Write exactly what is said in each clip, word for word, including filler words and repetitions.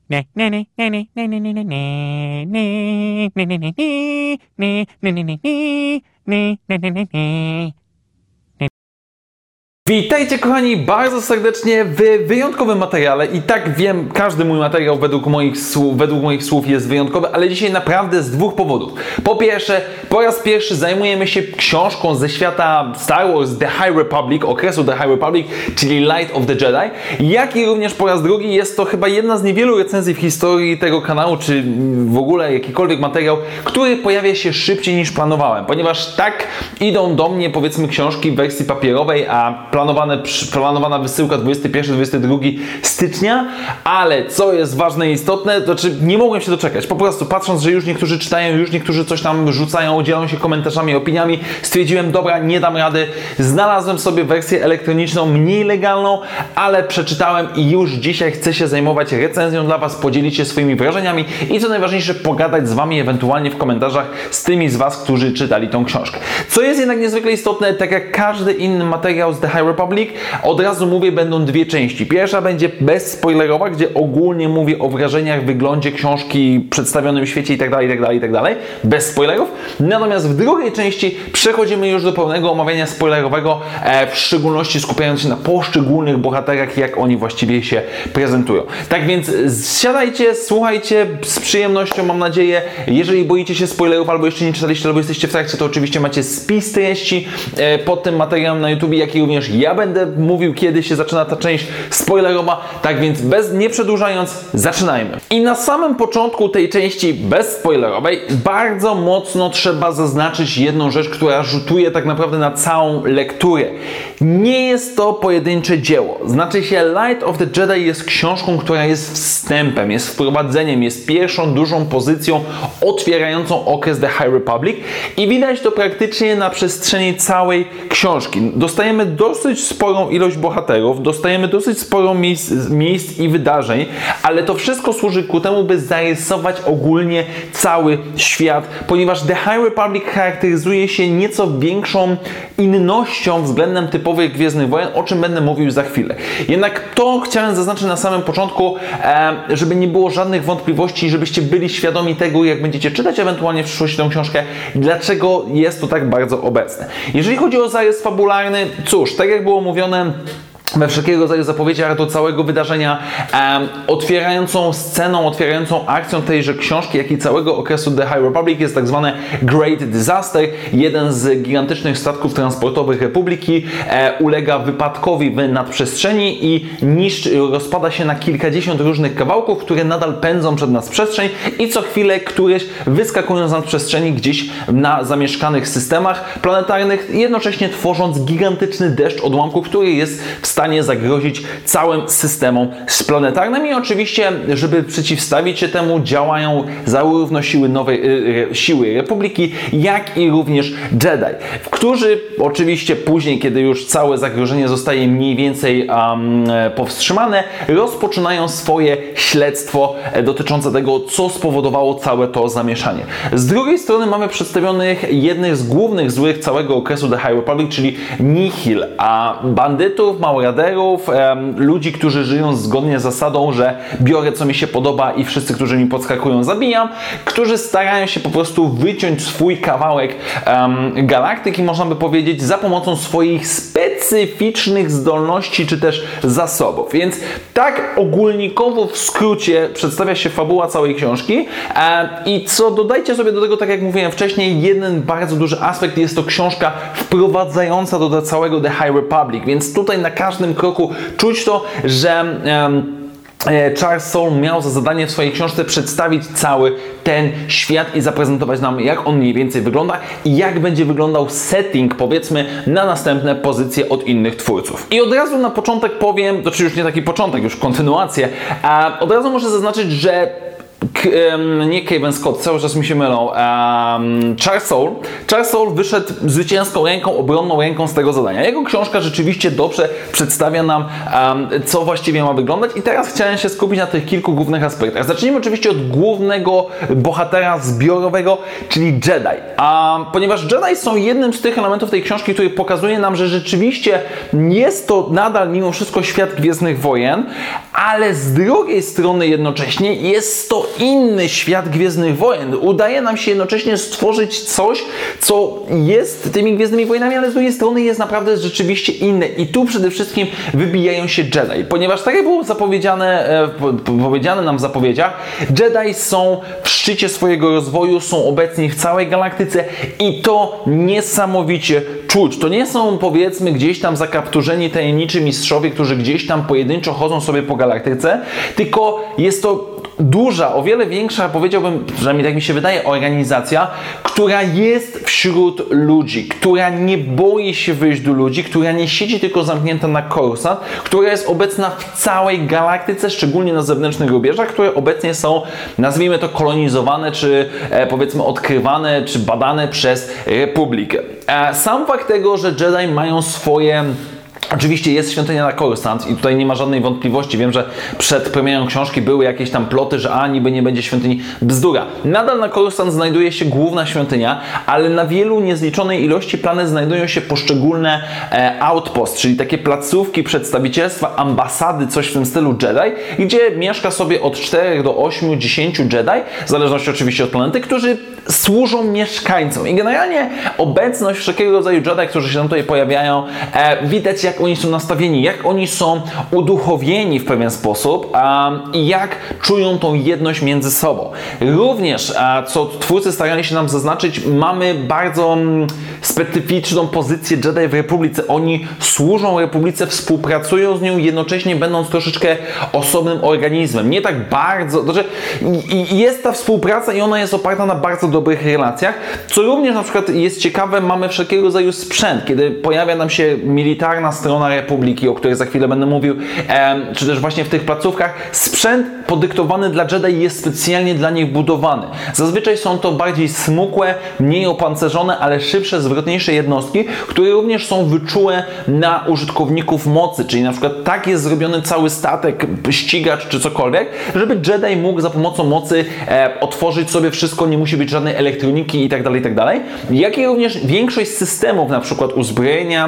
Witajcie kochani bardzo serdecznie w wyjątkowym materiale i tak wiem, każdy mój materiał według moich słów, według moich słów jest wyjątkowy, ale dzisiaj naprawdę z dwóch powodów. Po pierwsze, po raz pierwszy zajmujemy się książką ze świata Star Wars The High Republic, okresu The High Republic, czyli Light of the Jedi, jak i również po raz drugi jest to chyba jedna z niewielu recenzji w historii tego kanału, czy w ogóle jakikolwiek materiał, który pojawia się szybciej niż planowałem, ponieważ tak idą do mnie powiedzmy książki w wersji papierowej, a Planowane, planowana wysyłka dwudziestego pierwszego do dwudziestego drugiego stycznia, ale co jest ważne i istotne, to znaczy nie mogłem się doczekać. Po prostu patrząc, że już niektórzy czytają, już niektórzy coś tam rzucają, dzielą się komentarzami, opiniami, stwierdziłem, dobra, nie dam rady. Znalazłem sobie wersję elektroniczną, mniej legalną, ale przeczytałem i już dzisiaj chcę się zajmować recenzją dla Was, podzielić się swoimi wrażeniami i co najważniejsze, pogadać z Wami ewentualnie w komentarzach z tymi z Was, którzy czytali tą książkę. Co jest jednak niezwykle istotne, tak jak każdy inny materiał z The High Republic, od razu mówię, będą dwie części. Pierwsza będzie bezspoilerowa, gdzie ogólnie mówię o wrażeniach, wyglądzie książki, przedstawionym świecie itd., itd., itd., bez spoilerów. Natomiast w drugiej części przechodzimy już do pełnego omawiania spoilerowego, e, w szczególności skupiając się na poszczególnych bohaterach, jak oni właściwie się prezentują. Tak więc siadajcie, słuchajcie z przyjemnością, mam nadzieję. Jeżeli boicie się spoilerów, albo jeszcze nie czytaliście, albo jesteście w trakcie, to oczywiście macie spis treści e, pod tym materiałem na YouTube, jak i również ja będę mówił, kiedy się zaczyna ta część spoilerowa, tak więc bez nie przedłużając, zaczynajmy. I na samym początku tej części bezspoilerowej bardzo mocno trzeba zaznaczyć jedną rzecz, która rzutuje tak naprawdę na całą lekturę. Nie jest to pojedyncze dzieło. Znaczy się Light of the Jedi jest książką, która jest wstępem, jest wprowadzeniem, jest pierwszą dużą pozycją otwierającą okres The High Republic i widać to praktycznie na przestrzeni całej książki. Dostajemy dosyć sporą ilość bohaterów, dostajemy dosyć sporo miejsc, miejsc i wydarzeń, ale to wszystko służy ku temu, by zarysować ogólnie cały świat, ponieważ The High Republic charakteryzuje się nieco większą innością względem typowych Gwiezdnych Wojen, o czym będę mówił za chwilę. Jednak to chciałem zaznaczyć na samym początku, żeby nie było żadnych wątpliwości, żebyście byli świadomi tego, jak będziecie czytać ewentualnie w przyszłości tę książkę, dlaczego jest to tak bardzo obecne. Jeżeli chodzi o zarys fabularny, cóż, tak jak było mówione we wszelkiego rodzaju zapowiedziach do całego wydarzenia, um, otwierającą sceną, otwierającą akcją tejże książki, jak i całego okresu The High Republic jest tak zwany Great Disaster. Jeden z gigantycznych statków transportowych Republiki e, ulega wypadkowi w nadprzestrzeni i niszczy, rozpada się na kilkadziesiąt różnych kawałków, które nadal pędzą przed nas przestrzeń i co chwilę któreś wyskakują z nadprzestrzeni gdzieś na zamieszkanych systemach planetarnych, jednocześnie tworząc gigantyczny deszcz odłamków, który jest w stanie zagrozić całym systemom planetarnym i oczywiście, żeby przeciwstawić się temu, działają zarówno siły nowej e, siły Republiki, jak i również Jedi, którzy oczywiście później, kiedy już całe zagrożenie zostaje mniej więcej um, powstrzymane, rozpoczynają swoje śledztwo dotyczące tego, co spowodowało całe to zamieszanie. Z drugiej strony mamy przedstawionych jednych z głównych złych całego okresu The High Republic, czyli Nihil, a bandytów, małe raderów, em, ludzi, którzy żyją zgodnie z zasadą, że biorę co mi się podoba i wszyscy, którzy mi podskakują, zabijam, którzy starają się po prostu wyciąć swój kawałek em, galaktyki, można by powiedzieć, za pomocą swoich specyficznych zdolności czy też zasobów. Więc tak ogólnikowo w skrócie przedstawia się fabuła całej książki e, i co dodajcie sobie do tego, tak jak mówiłem wcześniej, jeden bardzo duży aspekt jest to książka wprowadzająca do całego The High Republic, więc tutaj na każdym kroku czuć to, że um, Charles Soule miał za zadanie w swojej książce przedstawić cały ten świat i zaprezentować nam, jak on mniej więcej wygląda i jak będzie wyglądał setting, powiedzmy, na następne pozycje od innych twórców. I od razu na początek powiem, to czy już nie taki początek, już kontynuację, a od razu muszę zaznaczyć, że um, nie Kevin Scott, cały czas mi się mylą, um, Charles Soule. Charles Soule wyszedł zwycięską ręką, obronną ręką z tego zadania. Jego książka rzeczywiście dobrze przedstawia nam, um, co właściwie ma wyglądać i teraz chciałem się skupić na tych kilku głównych aspektach. Zacznijmy oczywiście od głównego bohatera zbiorowego, czyli Jedi. Um, ponieważ Jedi są jednym z tych elementów tej książki, który pokazuje nam, że rzeczywiście jest to nadal mimo wszystko świat Gwiezdnych Wojen, ale z drugiej strony jednocześnie jest to inny świat Gwiezdnych Wojen. Udaje nam się jednocześnie stworzyć coś, co jest tymi Gwiezdnymi Wojnami, ale z drugiej strony jest naprawdę rzeczywiście inne. I tu przede wszystkim wybijają się Jedi, ponieważ tak jak było zapowiedziane, e, powiedziane nam w zapowiedziach, Jedi są w szczycie swojego rozwoju, są obecni w całej galaktyce i to niesamowicie czuć. To nie są, powiedzmy, gdzieś tam zakapturzeni tajemniczy mistrzowie, którzy gdzieś tam pojedynczo chodzą sobie po galaktyce, tylko jest to duża, o wiele większa, powiedziałbym, przynajmniej tak mi się wydaje, organizacja, która jest wśród ludzi, która nie boi się wyjść do ludzi, która nie siedzi tylko zamknięta na Coruscant, która jest obecna w całej galaktyce, szczególnie na zewnętrznych rubieżach, które obecnie są, nazwijmy to, kolonizowane, czy e, powiedzmy odkrywane, czy badane przez Republikę. E, sam fakt tego, że Jedi mają swoje... Oczywiście jest świątynia na Coruscant i tutaj nie ma żadnej wątpliwości. Wiem, że przed premierą książki były jakieś tam ploty, że a niby nie będzie świątyni. Bzdura. Nadal na Coruscant znajduje się główna świątynia, ale na wielu niezliczonej ilości planet znajdują się poszczególne e, outpost, czyli takie placówki, przedstawicielstwa, ambasady, coś w tym stylu Jedi, gdzie mieszka sobie od czterech do ośmiu, dziesięciu Jedi, w zależności oczywiście od planety, którzy służą mieszkańcom. I generalnie obecność wszelkiego rodzaju Jedi, którzy się tam tutaj pojawiają, e, widać jak oni są nastawieni, jak oni są uduchowieni w pewien sposób um, i jak czują tą jedność między sobą. Również, a, co twórcy starali się nam zaznaczyć, mamy bardzo um, specyficzną pozycję Jedi w Republice. Oni służą Republice, współpracują z nią, jednocześnie będąc troszeczkę osobnym organizmem. Nie tak bardzo, znaczy i, i jest ta współpraca i ona jest oparta na bardzo dobrych relacjach, co również na przykład jest ciekawe, mamy wszelkiego rodzaju sprzęt, kiedy pojawia nam się militarna strona Republiki, o której za chwilę będę mówił, em, czy też właśnie w tych placówkach, sprzęt podyktowany dla Jedi jest specjalnie dla nich budowany. Zazwyczaj są to bardziej smukłe, mniej opancerzone, ale szybsze, zwrotniejsze jednostki, które również są wyczułe na użytkowników mocy, czyli na przykład tak jest zrobiony cały statek, ścigacz czy cokolwiek, żeby Jedi mógł za pomocą mocy e, otworzyć sobie wszystko, nie musi być żadnej elektroniki i tak dalej, i tak dalej. Jak i również większość systemów, na przykład uzbrojenia,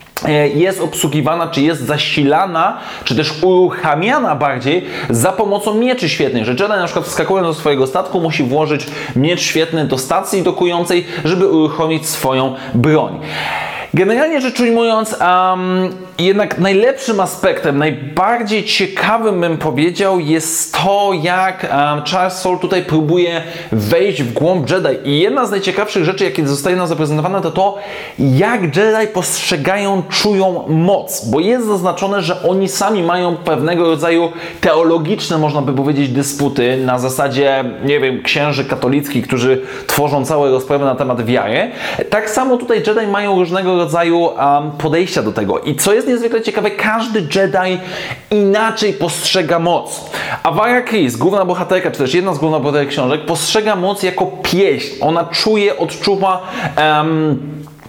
jest obsługiwana, czy jest zasilana, czy też uruchamiana bardziej za pomocą mieczy świetnych, że Jedi na przykład wskakując do swojego statku musi włożyć miecz świetny do stacji dokującej, żeby uruchomić swoją broń. Generalnie rzecz ujmując, um, jednak najlepszym aspektem, najbardziej ciekawym bym powiedział, jest to, jak um, Charles Soule tutaj próbuje wejść w głąb Jedi. I jedna z najciekawszych rzeczy, jakie zostaje nam zaprezentowane, to to, jak Jedi postrzegają, czują moc. Bo jest zaznaczone, że oni sami mają pewnego rodzaju teologiczne, można by powiedzieć, dysputy na zasadzie, nie wiem, księży katolickich, którzy tworzą całe rozprawy na temat wiary. Tak samo tutaj Jedi mają różnego rodzaju um, podejścia do tego. I co jest niezwykle ciekawe, każdy Jedi inaczej postrzega moc. Awara Kryze, główna bohaterka, czy też jedna z głównych bohaterek książek, postrzega moc jako pieśń. Ona czuje, odczuwa um,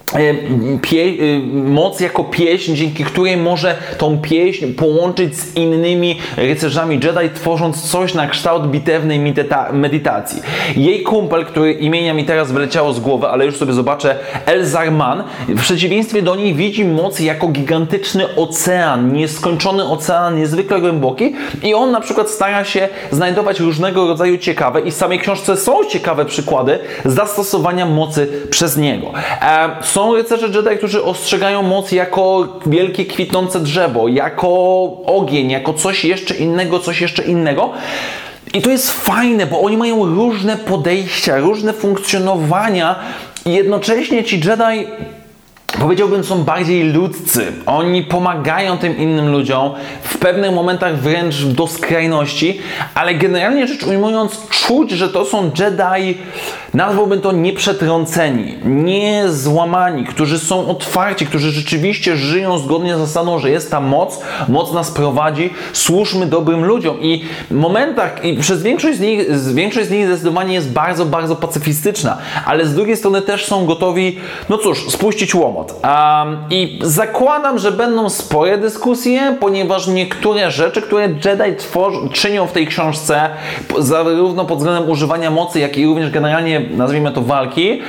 Pie, moc jako pieśń, dzięki której może tą pieśń połączyć z innymi rycerzami Jedi, tworząc coś na kształt bitewnej medita- medytacji. Jej kumpel, który imienia mi teraz wyleciało z głowy, ale już sobie zobaczę, Elzar Mann, w przeciwieństwie do niej widzi moc jako gigantyczny ocean, nieskończony ocean, niezwykle głęboki i on na przykład stara się znajdować różnego rodzaju ciekawe i w samej książce są ciekawe przykłady zastosowania mocy przez niego. E, Są rycerze Jedi, którzy ostrzegają moc jako wielkie kwitnące drzewo, jako ogień, jako coś jeszcze innego, coś jeszcze innego. I to jest fajne, bo oni mają różne podejścia, różne funkcjonowania i jednocześnie ci Jedi powiedziałbym, są bardziej ludzcy. Oni pomagają tym innym ludziom, w pewnych momentach wręcz do skrajności, ale generalnie rzecz ujmując, czuć, że to są Jedi, nazwałbym to nieprzetrąceni, niezłamani, którzy są otwarci, którzy rzeczywiście żyją zgodnie z zasadą, że jest ta moc, moc nas prowadzi, służmy dobrym ludziom. I w momentach, i przez większość z nich, większość z nich zdecydowanie jest bardzo, bardzo pacyfistyczna, ale z drugiej strony też są gotowi, no cóż, spuścić łomot. Um, I zakładam, że będą spore dyskusje, ponieważ niektóre rzeczy, które Jedi tworzą, czynią w tej książce, zarówno pod względem używania mocy, jak i również generalnie, nazwijmy to, walki,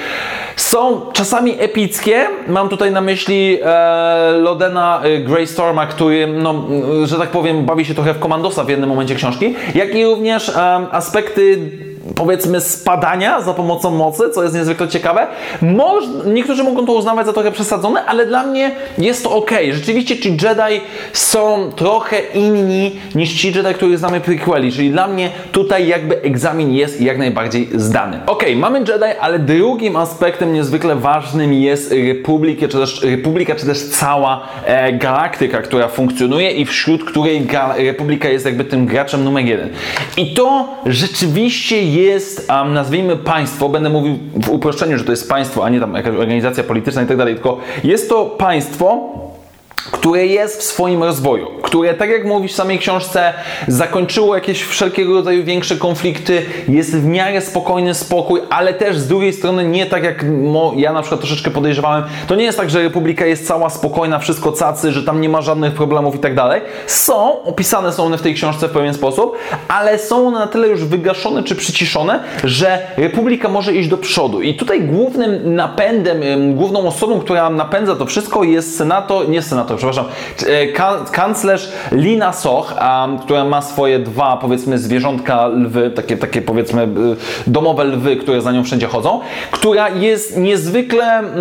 są czasami epickie. Mam tutaj na myśli e, Lodena e, Greystorma, który, no, że tak powiem, bawi się trochę w komandosa w jednym momencie książki, jak i również e, aspekty, powiedzmy, spadania za pomocą mocy, co jest niezwykle ciekawe. Moż, niektórzy mogą to uznawać za trochę przesadzone, ale dla mnie jest to ok. Rzeczywiście ci Jedi są trochę inni niż ci Jedi, których znamy prequeli, czyli dla mnie tutaj jakby egzamin jest jak najbardziej zdany. Ok, mamy Jedi, ale drugim aspektem niezwykle ważnym jest Republika, czy też, Republika, czy też cała e, galaktyka, która funkcjonuje i wśród której Republika jest jakby tym graczem numer jeden. I to rzeczywiście jest, um, nazwijmy, państwo, będę mówił w uproszczeniu, że to jest państwo, a nie tam jakaś organizacja polityczna i tak dalej, tylko jest to państwo, które jest w swoim rozwoju, które, tak jak mówi w samej książce, zakończyło jakieś wszelkiego rodzaju większe konflikty, jest w miarę spokojny spokój, ale też z drugiej strony nie tak jak mo, ja na przykład troszeczkę podejrzewałem, to nie jest tak, że Republika jest cała spokojna, wszystko cacy, że tam nie ma żadnych problemów i tak dalej. Są, opisane są one w tej książce w pewien sposób, ale są one na tyle już wygaszone czy przyciszone, że Republika może iść do przodu. I tutaj głównym napędem, główną osobą, która napędza to wszystko, jest senator, nie senator, przepraszam, kan kanclerz Lina Soch, um, która ma swoje dwa, powiedzmy, zwierzątka lwy, takie, takie powiedzmy domowe lwy, które za nią wszędzie chodzą, która jest niezwykle mm,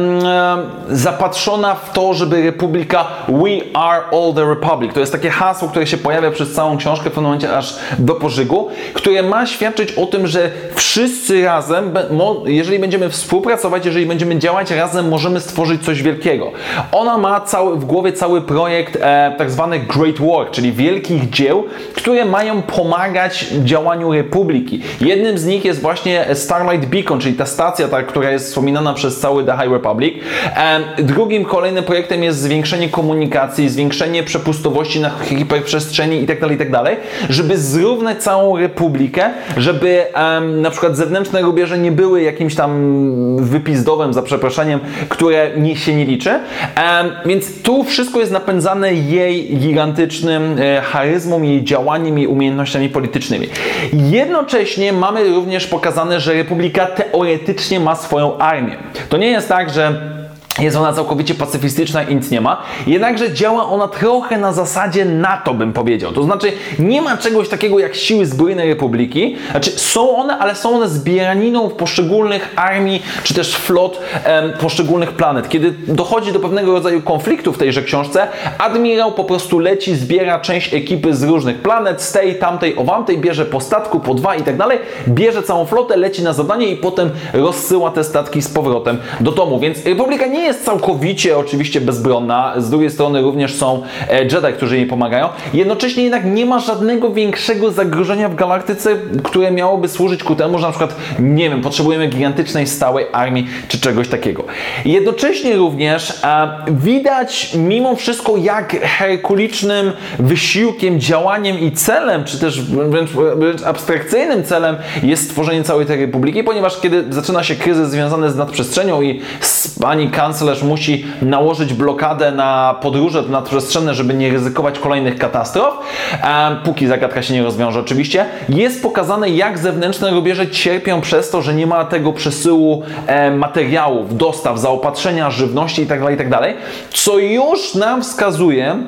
zapatrzona w to, żeby Republika We are all the Republic. To jest takie hasło, które się pojawia przez całą książkę w pewnym momencie aż do pożygu, które ma świadczyć o tym, że wszyscy razem, jeżeli będziemy współpracować, jeżeli będziemy działać razem, możemy stworzyć coś wielkiego. Ona ma cały, w głowie cały projekt e, tak zwany Great Work, czyli wielkich dzieł, które mają pomagać działaniu Republiki. Jednym z nich jest właśnie Starlight Beacon, czyli ta stacja, ta, która jest wspominana przez cały The High Republic. E, drugim kolejnym projektem jest zwiększenie komunikacji, zwiększenie przepustowości na hiperprzestrzeni itd., itd., żeby zrównać całą Republikę, żeby e, na przykład zewnętrzne rubieże nie były jakimś tam wypizdowem, za przeproszeniem, które nie, się nie liczy. E, więc tu wszystko jest napędzane jej gigantycznym e, charyzmą, jej działaniem, jej umiejętnościami politycznymi. Jednocześnie mamy również pokazane, że Republika teoretycznie ma swoją armię. To nie jest tak, że jest ona całkowicie pacyfistyczna i nic nie ma, jednakże działa ona trochę na zasadzie NATO, bym powiedział. To znaczy nie ma czegoś takiego jak siły zbrojne Republiki, znaczy są one, ale są one zbieraniną poszczególnych armii, czy też flot em, poszczególnych planet. Kiedy dochodzi do pewnego rodzaju konfliktu w tejże książce, admirał po prostu leci, zbiera część ekipy z różnych planet, z tej, tamtej, owamtej, bierze po statku, po dwa i tak dalej, bierze całą flotę, leci na zadanie i potem rozsyła te statki z powrotem do domu. Więc Republika nie jest całkowicie oczywiście bezbronna, z drugiej strony również są Jedi, którzy jej pomagają. Jednocześnie jednak nie ma żadnego większego zagrożenia w galaktyce, które miałoby służyć ku temu, że na przykład, nie wiem, potrzebujemy gigantycznej, stałej armii, czy czegoś takiego. Jednocześnie również e, widać mimo wszystko, jak herkulicznym wysiłkiem, działaniem i celem, czy też wręcz, wręcz abstrakcyjnym celem jest stworzenie całej tej Republiki, ponieważ kiedy zaczyna się kryzys związany z nadprzestrzenią i pani kanclerz musi nałożyć blokadę na podróże nadprzestrzenne, żeby nie ryzykować kolejnych katastrof, e, póki zagadka się nie rozwiąże oczywiście, jest pokazane, jak zewnętrzne rubieże cierpią przez to, że nie ma tego przesyłu e, materiałów, dostaw, zaopatrzenia, żywności itd., itd., co już nam wskazuje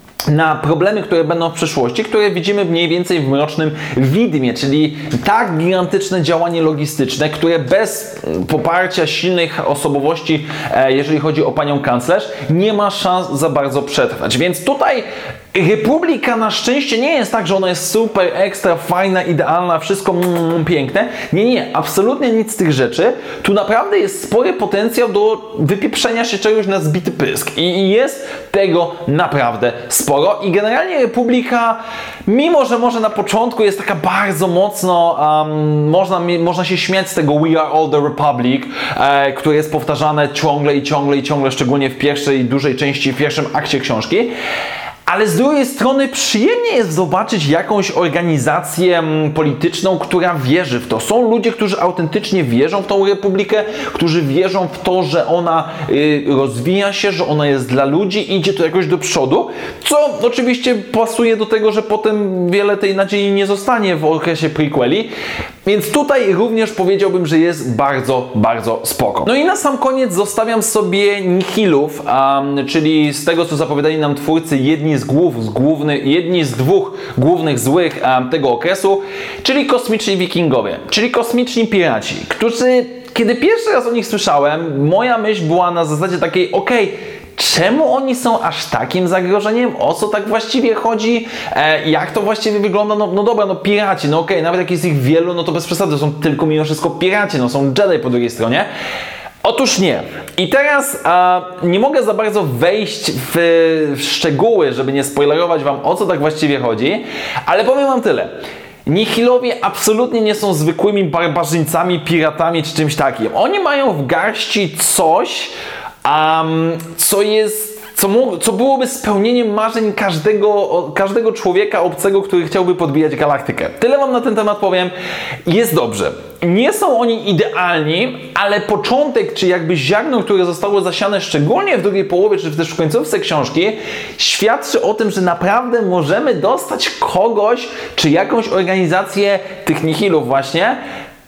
na problemy, które będą w przyszłości, które widzimy mniej więcej w Mrocznym Widmie, czyli tak gigantyczne działanie logistyczne, które bez poparcia silnych osobowości, jeżeli chodzi o panią kanclerz, nie ma szans za bardzo przetrwać. Więc tutaj Republika na szczęście nie jest tak, że ona jest super, ekstra, fajna, idealna, wszystko mm, piękne. Nie, nie, absolutnie nic z tych rzeczy. Tu naprawdę jest spory potencjał do wypieprzenia się czegoś na zbity pysk. I, i jest tego naprawdę sporo. I generalnie Republika, mimo że może na początku jest taka bardzo mocno, um, można, można się śmiać z tego We are all the Republic, e, które jest powtarzane ciągle i ciągle i ciągle, szczególnie w pierwszej dużej części, w pierwszym akcie książki. Ale z drugiej strony przyjemnie jest zobaczyć jakąś organizację polityczną, która wierzy w to. Są ludzie, którzy autentycznie wierzą w tą republikę, którzy wierzą w to, że ona y, rozwija się, że ona jest dla ludzi, idzie to jakoś do przodu, co oczywiście pasuje do tego, że potem wiele tej nadziei nie zostanie w okresie prequeli. Więc tutaj również powiedziałbym, że jest bardzo, bardzo spoko. No i na sam koniec zostawiam sobie Nihilów, um, czyli z tego, co zapowiadali nam twórcy, jedni z głów, z główny, jedni z dwóch głównych złych um, tego okresu, czyli kosmiczni wikingowie, czyli kosmiczni piraci, którzy, kiedy pierwszy raz o nich słyszałem, moja myśl była na zasadzie takiej, okej, okay, czemu oni są aż takim zagrożeniem? O co tak właściwie chodzi? E, jak to właściwie wygląda? No, no dobra, no piraci, no okej, okay, nawet jak jest ich wielu, no to bez przesady, to są tylko mimo wszystko piraci, no są Jedi po drugiej stronie. Otóż nie. I teraz a, nie mogę za bardzo wejść w, w szczegóły, żeby nie spoilerować wam, o co tak właściwie chodzi, ale powiem wam tyle. Nihilowie absolutnie nie są zwykłymi barbarzyńcami, piratami czy czymś takim. Oni mają w garści coś, um, co jest Co, mógł, co byłoby spełnieniem marzeń każdego, każdego człowieka obcego, który chciałby podbijać galaktykę. Tyle wam na ten temat powiem. Jest dobrze. Nie są oni idealni, ale początek, czy jakby ziarno, które zostało zasiane szczególnie w drugiej połowie, czy też w końcówce książki, świadczy o tym, że naprawdę możemy dostać kogoś, czy jakąś organizację tych nihilów właśnie,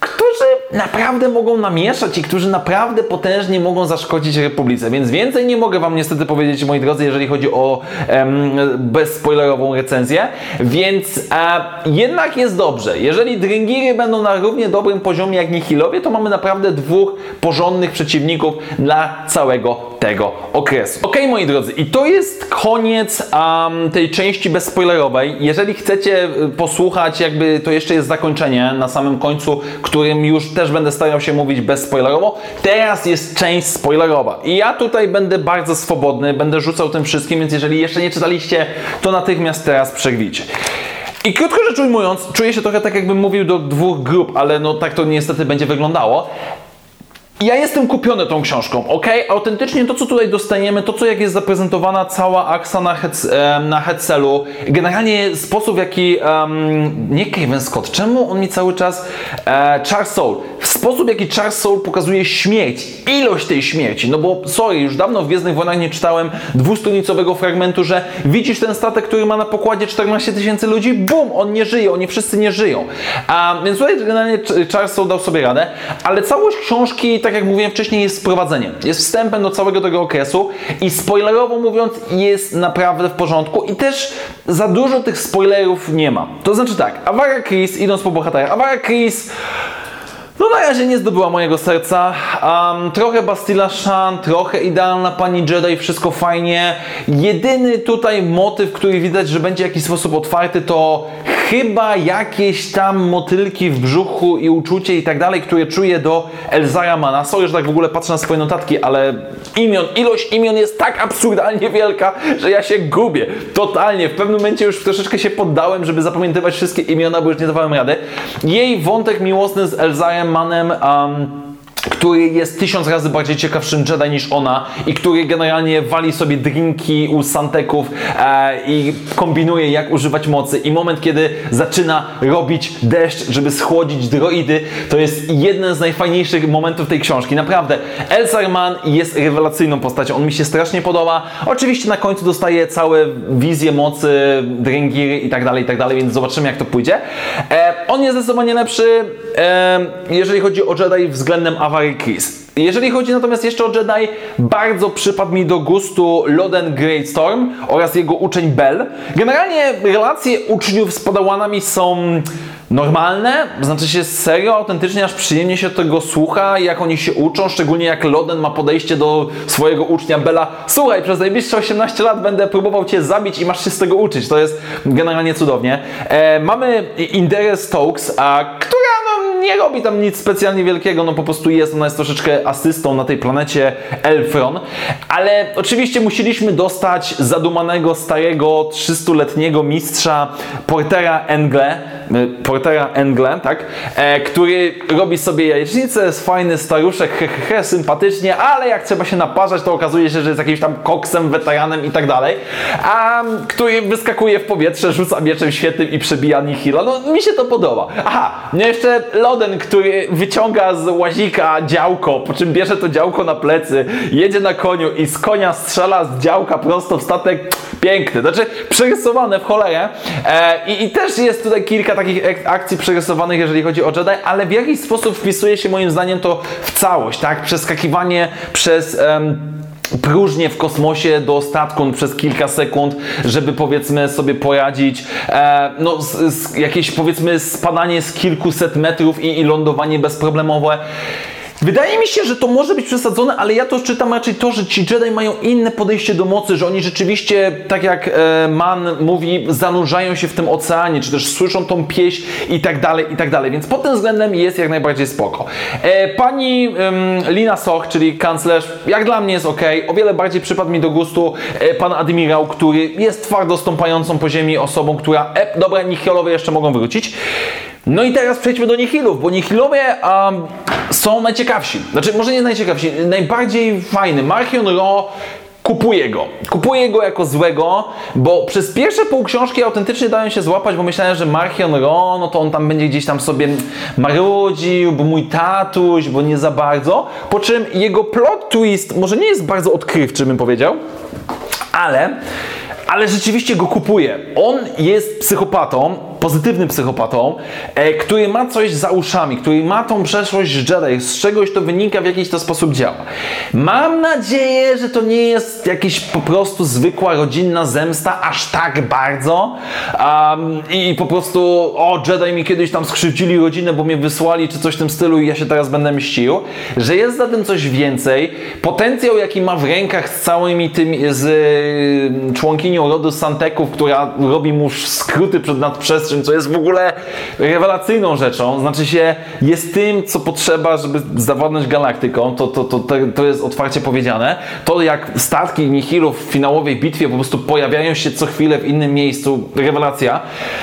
którzy naprawdę mogą namieszać i którzy naprawdę potężnie mogą zaszkodzić Republice. Więc więcej nie mogę wam niestety powiedzieć, moi drodzy, jeżeli chodzi o em, bezspoilerową recenzję. Więc e, jednak jest dobrze. Jeżeli Dringiry będą na równie dobrym poziomie jak Nihilowie, to mamy naprawdę dwóch porządnych przeciwników dla całego tego okresu. Ok, moi drodzy, i to jest koniec um, tej części bezspoilerowej. Jeżeli chcecie posłuchać, jakby to jeszcze jest zakończenie na samym końcu, którym już też będę starał się mówić bezspoilerowo. Teraz jest część spoilerowa i ja tutaj będę bardzo swobodny, będę rzucał tym wszystkim, więc jeżeli jeszcze nie czytaliście, to natychmiast teraz przerwijcie. I krótko rzecz ujmując, czuję się trochę tak, jakbym mówił do dwóch grup, ale no tak to niestety będzie wyglądało. Ja jestem kupiony tą książką, ok? Autentycznie to, co tutaj dostajemy, to, co jak jest zaprezentowana cała akcja na, head, na headcelu, generalnie sposób, w jaki, um, nie Caven Scott, czemu on mi cały czas, e, Charles Soule, w sposób, w jaki Charles Soule pokazuje śmierć, ilość tej śmierci, no bo, sorry, już dawno w Gwiezdnych Wojnach nie czytałem dwustronicowego fragmentu, że widzisz ten statek, który ma na pokładzie czternaście tysięcy ludzi, bum, on nie żyje, oni wszyscy nie żyją. A, więc tutaj generalnie Charles Soule dał sobie radę, ale całość książki, tak jak mówiłem wcześniej, jest wprowadzeniem. Jest wstępem do całego tego okresu i spoilerowo mówiąc jest naprawdę w porządku i też za dużo tych spoilerów nie ma. To znaczy tak, Aurra Kreese, idąc po bohaterach, Aurra Kreese no na razie nie zdobyła mojego serca. Um, trochę Bastila Shan, trochę idealna pani Jedi, wszystko fajnie. Jedyny tutaj motyw, który widać, że będzie w jakiś sposób otwarty, to chyba jakieś tam motylki w brzuchu i uczucie i tak dalej, które czuję do Elzara Mana. Sorry, że tak w ogóle patrzę na swoje notatki, ale imion, ilość imion jest tak absurdalnie wielka, że ja się gubię. Totalnie. W pewnym momencie już troszeczkę się poddałem, żeby zapamiętywać wszystkie imiona, bo już nie dawałem rady. Jej wątek miłosny z Elzarem Manem, um, który jest tysiąc razy bardziej ciekawszym Jedi niż ona i który generalnie wali sobie drinki u Santeków e, i kombinuje, jak używać mocy, i moment, kiedy zaczyna robić deszcz, żeby schłodzić droidy, to jest jeden z najfajniejszych momentów tej książki. Naprawdę, Elzar Mann jest rewelacyjną postacią, on mi się strasznie podoba. Oczywiście na końcu dostaje całe wizje mocy, Dringiry i tak dalej, i tak dalej, więc zobaczymy, jak to pójdzie. E, on jest zdecydowanie lepszy, e, jeżeli chodzi o Jedi względem Aurry Kreese. Jeżeli chodzi natomiast jeszcze o Jedi, bardzo przypadł mi do gustu Loden Greatstorm oraz jego uczeń Bell. Generalnie relacje uczniów z Padawanami są normalne, znaczy się serio, autentycznie aż przyjemnie się tego słucha, jak oni się uczą, szczególnie jak Loden ma podejście do swojego ucznia Bella. Słuchaj, przez najbliższe osiemnaście lat będę próbował cię zabić i masz się z tego uczyć. To jest generalnie cudownie. E, mamy Inderę Stokes, a, która no, nie robi tam nic specjalnie wielkiego, no po prostu jest, ona jest troszeczkę asystą na tej planecie Elfron, ale oczywiście musieliśmy dostać zadumanego, starego, trzystuletniego mistrza Portera Engle, Portera Engle, tak, e, który robi sobie jajecznicę, jest fajny staruszek, he, he, he, sympatycznie, ale jak trzeba się naparzać, to okazuje się, że jest jakimś tam koksem, weteranem i tak dalej, a który wyskakuje w powietrze, rzuca mieczem świetnym i przebija Nihila. No mi się to podoba. Aha, no jeszcze Loden, który wyciąga z łazika działko, po czym bierze to działko na plecy, jedzie na koniu i z konia strzela z działka prosto w statek. Piękny, znaczy przerysowane w cholerę e, i, i też jest tutaj kilka takich akcji przerysowanych, jeżeli chodzi o Jedi, ale w jakiś sposób wpisuje się moim zdaniem to w całość, tak? Przeskakiwanie przez em, próżnię w kosmosie do statku przez kilka sekund, żeby powiedzmy sobie poradzić, e, no z, z, jakieś powiedzmy spadanie z kilkuset metrów i, i lądowanie bezproblemowe. Wydaje mi się, że to może być przesadzone, ale ja to czytam raczej to, że ci Jedi mają inne podejście do mocy, że oni rzeczywiście, tak jak e, Man mówi, zanurzają się w tym oceanie, czy też słyszą tą pieśń i tak dalej, i tak dalej, więc pod tym względem jest jak najbardziej spoko. E, pani e, Lina Soch, czyli kanclerz, jak dla mnie jest ok, o wiele bardziej przypadł mi do gustu e, pan admirał, który jest twardo stąpającą po ziemi osobą, która, e, dobra, Nihilowie jeszcze mogą wrócić. No i teraz przejdźmy do Nihilów, bo Nihilowie um, są najciekawsi. Znaczy, może nie najciekawsi, najbardziej fajny. Marchion Ro kupuje go. Kupuje go jako złego, bo przez pierwsze pół książki autentycznie dają się złapać, bo myślałem, że Marchion Ro, no to on tam będzie gdzieś tam sobie marudził, bo mój tatuś, bo nie za bardzo. Po czym jego plot twist może nie jest bardzo odkrywczy, bym powiedział, ale... ale rzeczywiście go kupuje. On jest psychopatą, pozytywnym psychopatą, e, który ma coś za uszami, który ma tą przeszłość Jedi, z czegoś to wynika, w jakiś to sposób działa. Mam nadzieję, że to nie jest jakaś po prostu zwykła rodzinna zemsta, aż tak bardzo um, i po prostu o, Jedi mi kiedyś tam skrzywdzili rodzinę, bo mnie wysłali, czy coś w tym stylu i ja się teraz będę mścił, że jest za tym coś więcej. Potencjał, jaki ma w rękach z całymi tymi, z y, członkinią rodu Santeków, która robi mu skróty przed nadprzestrzeń, co jest w ogóle rewelacyjną rzeczą. Znaczy się, jest tym, co potrzeba, żeby zawładnąć galaktyką. To, to, to, to, to jest otwarcie powiedziane. To, jak statki Nihilów w finałowej bitwie po prostu pojawiają się co chwilę w innym miejscu. Rewelacja.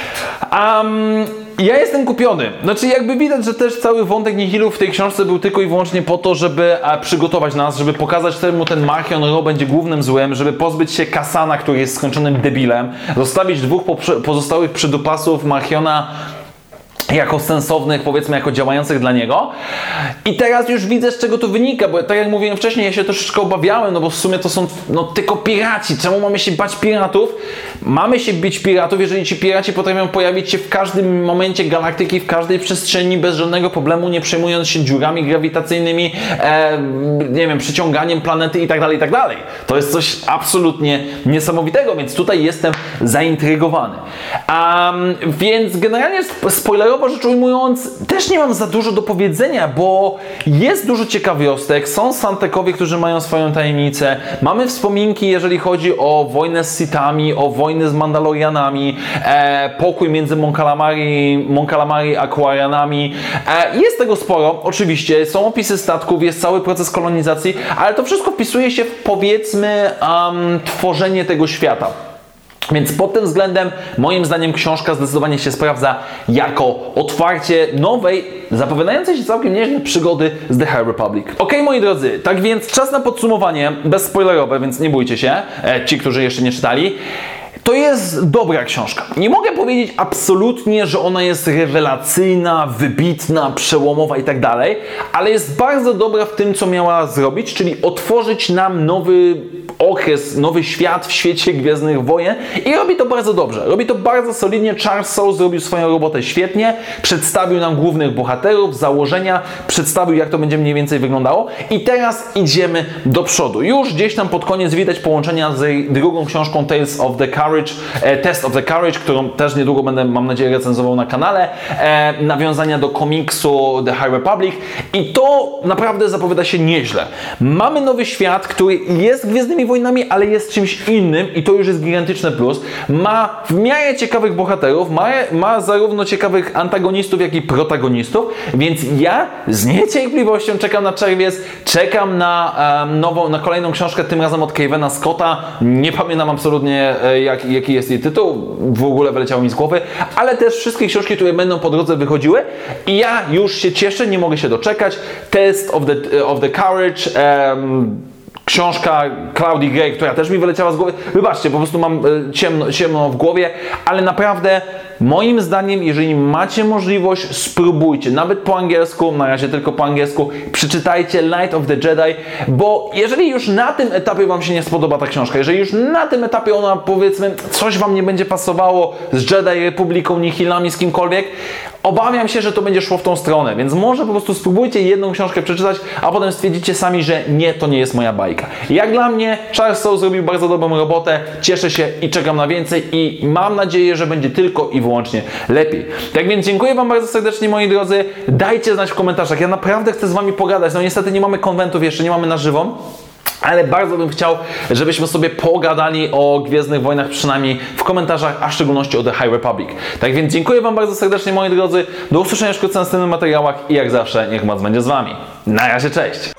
Um, ja jestem kupiony. Znaczy jakby widać, że też cały wątek Nihilów w tej książce był tylko i wyłącznie po to, żeby a, przygotować nas, żeby pokazać temu ten Marchion Ro będzie głównym złem, żeby pozbyć się Kasana, który jest skończonym debilem, zostawić dwóch pozostałych przydupasów Marchiona jako sensownych, powiedzmy, jako działających dla niego. I teraz już widzę, z czego to wynika, bo tak jak mówiłem wcześniej, ja się troszeczkę obawiałem, no bo w sumie to są no, tylko piraci. Czemu mamy się bać piratów? Mamy się bić piratów, jeżeli ci piraci potrafią pojawić się w każdym momencie galaktyki, w każdej przestrzeni, bez żadnego problemu, nie przejmując się dziurami grawitacyjnymi, e, nie wiem, przyciąganiem planety i tak dalej, i tak dalej. To jest coś absolutnie niesamowitego, więc tutaj jestem zaintrygowany. Um, więc generalnie spoilerowo rzecz ujmując, też nie mam za dużo do powiedzenia, bo jest dużo ciekawostek, są Santekowie, którzy mają swoją tajemnicę, mamy wspominki, jeżeli chodzi o wojnę z Sithami, o wojnę z Mandalorianami, e, pokój między Mon Calamari, Mon Calamari a Quarianami. E, jest tego sporo, oczywiście, są opisy statków, jest cały proces kolonizacji, ale to wszystko wpisuje się w, powiedzmy, um, tworzenie tego świata. Więc pod tym względem, moim zdaniem, książka zdecydowanie się sprawdza jako otwarcie nowej, zapowiadającej się całkiem nieźle przygody z The High Republic. Ok, moi drodzy, tak więc czas na podsumowanie, bezspoilerowe, więc nie bójcie się, e, ci, którzy jeszcze nie czytali. To jest dobra książka. Nie mogę powiedzieć absolutnie, że ona jest rewelacyjna, wybitna, przełomowa i tak dalej, ale jest bardzo dobra w tym, co miała zrobić, czyli otworzyć nam nowy okres, nowy świat w świecie Gwiezdnych Wojen i robi to bardzo dobrze. Robi to bardzo solidnie. Charles Soule zrobił swoją robotę świetnie, przedstawił nam głównych bohaterów, założenia, przedstawił, jak to będzie mniej więcej wyglądało i teraz idziemy do przodu. Już gdzieś tam pod koniec widać połączenia z drugą książką Tales of the Carriage Courage, e, Test of the Courage, którą też niedługo będę, mam nadzieję, recenzował na kanale, e, nawiązania do komiksu The High Republic i to naprawdę zapowiada się nieźle. Mamy nowy świat, który jest Gwiezdnymi Wojnami, ale jest czymś innym i to już jest gigantyczny plus. Ma w miarę ciekawych bohaterów, ma, ma zarówno ciekawych antagonistów, jak i protagonistów, więc ja z niecierpliwością czekam na czerwiec, czekam na um, nową, na kolejną książkę, tym razem od Kevina Scotta. Nie pamiętam absolutnie e, jak, jaki jest jej tytuł, w ogóle wyleciało mi z głowy, ale też wszystkie książki, które będą po drodze wychodziły i ja już się cieszę, nie mogę się doczekać. Test of the, of the Courage, um, książka Claudii Gray, która też mi wyleciała z głowy. Wybaczcie, po prostu mam ciemno, ciemno w głowie, ale naprawdę moim zdaniem, jeżeli macie możliwość, spróbujcie, nawet po angielsku, na razie tylko po angielsku, przeczytajcie Light of the Jedi, bo jeżeli już na tym etapie Wam się nie spodoba ta książka, jeżeli już na tym etapie ona, powiedzmy, coś Wam nie będzie pasowało z Jedi, Republiką, Nihilami, z kimkolwiek, obawiam się, że to będzie szło w tą stronę, więc może po prostu spróbujcie jedną książkę przeczytać, a potem stwierdzicie sami, że nie, to nie jest moja bajka. Jak dla mnie, Charles Soule zrobił bardzo dobrą robotę, cieszę się i czekam na więcej i mam nadzieję, że będzie tylko i wyłącznie lepiej. Tak więc dziękuję Wam bardzo serdecznie, moi drodzy. Dajcie znać w komentarzach. Ja naprawdę chcę z Wami pogadać. No niestety nie mamy konwentów jeszcze, nie mamy na żywo. Ale bardzo bym chciał, żebyśmy sobie pogadali o Gwiezdnych Wojnach, przynajmniej w komentarzach, a w szczególności o The High Republic. Tak więc dziękuję Wam bardzo serdecznie, moi drodzy. Do usłyszenia wkrótce na następnych materiałach i jak zawsze niech moc będzie z Wami. Na razie, cześć!